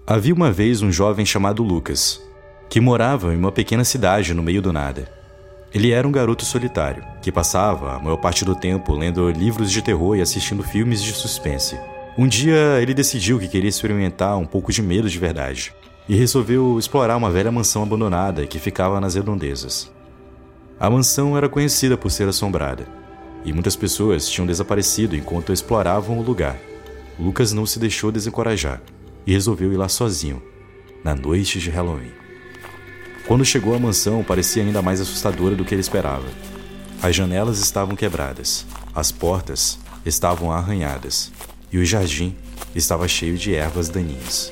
Havia uma vez um jovem chamado Lucas, que morava em uma pequena cidade no meio do nada. Ele era um garoto solitário, que passava a maior parte do tempo lendo livros de terror e assistindo filmes de suspense. Um dia, ele decidiu que queria experimentar um pouco de medo de verdade, e resolveu explorar uma velha mansão abandonada que ficava nas redondezas. A mansão era conhecida por ser assombrada, e muitas pessoas tinham desaparecido enquanto exploravam o lugar. Lucas não se deixou desencorajar e resolveu ir lá sozinho, na noite de Halloween. Quando chegou à mansão, parecia ainda mais assustadora do que ele esperava. As janelas estavam quebradas, as portas estavam arranhadas e o jardim estava cheio de ervas daninhas.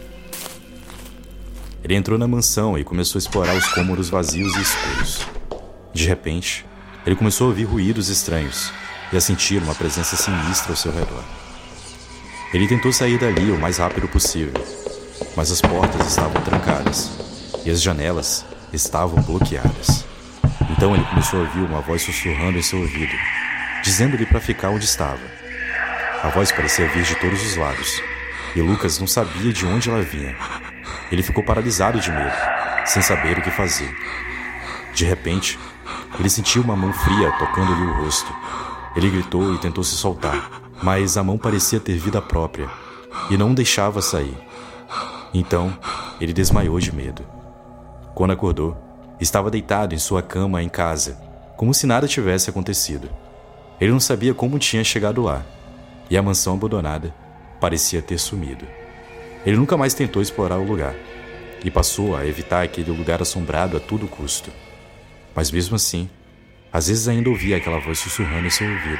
Ele entrou na mansão e começou a explorar os cômodos vazios e escuros. De repente, ele começou a ouvir ruídos estranhos e a sentir uma presença sinistra ao seu redor. Ele tentou sair dali o mais rápido possível, mas as portas estavam trancadas e as janelas estavam bloqueadas. Então ele começou a ouvir uma voz sussurrando em seu ouvido, dizendo-lhe para ficar onde estava. A voz parecia vir de todos os lados, e Lucas não sabia de onde ela vinha. Ele ficou paralisado de medo, sem saber o que fazer. De repente, ele sentiu uma mão fria tocando-lhe o rosto. Ele gritou e tentou se soltar, mas a mão parecia ter vida própria e não o deixava sair. Então, ele desmaiou de medo. Quando acordou, estava deitado em sua cama em casa, como se nada tivesse acontecido. Ele não sabia como tinha chegado lá, e a mansão abandonada parecia ter sumido. Ele nunca mais tentou explorar o lugar, e passou a evitar aquele lugar assombrado a todo custo. Mas mesmo assim, às vezes ainda ouvia aquela voz sussurrando em seu ouvido,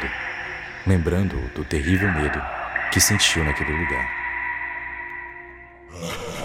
lembrando-o do terrível medo que sentiu naquele lugar.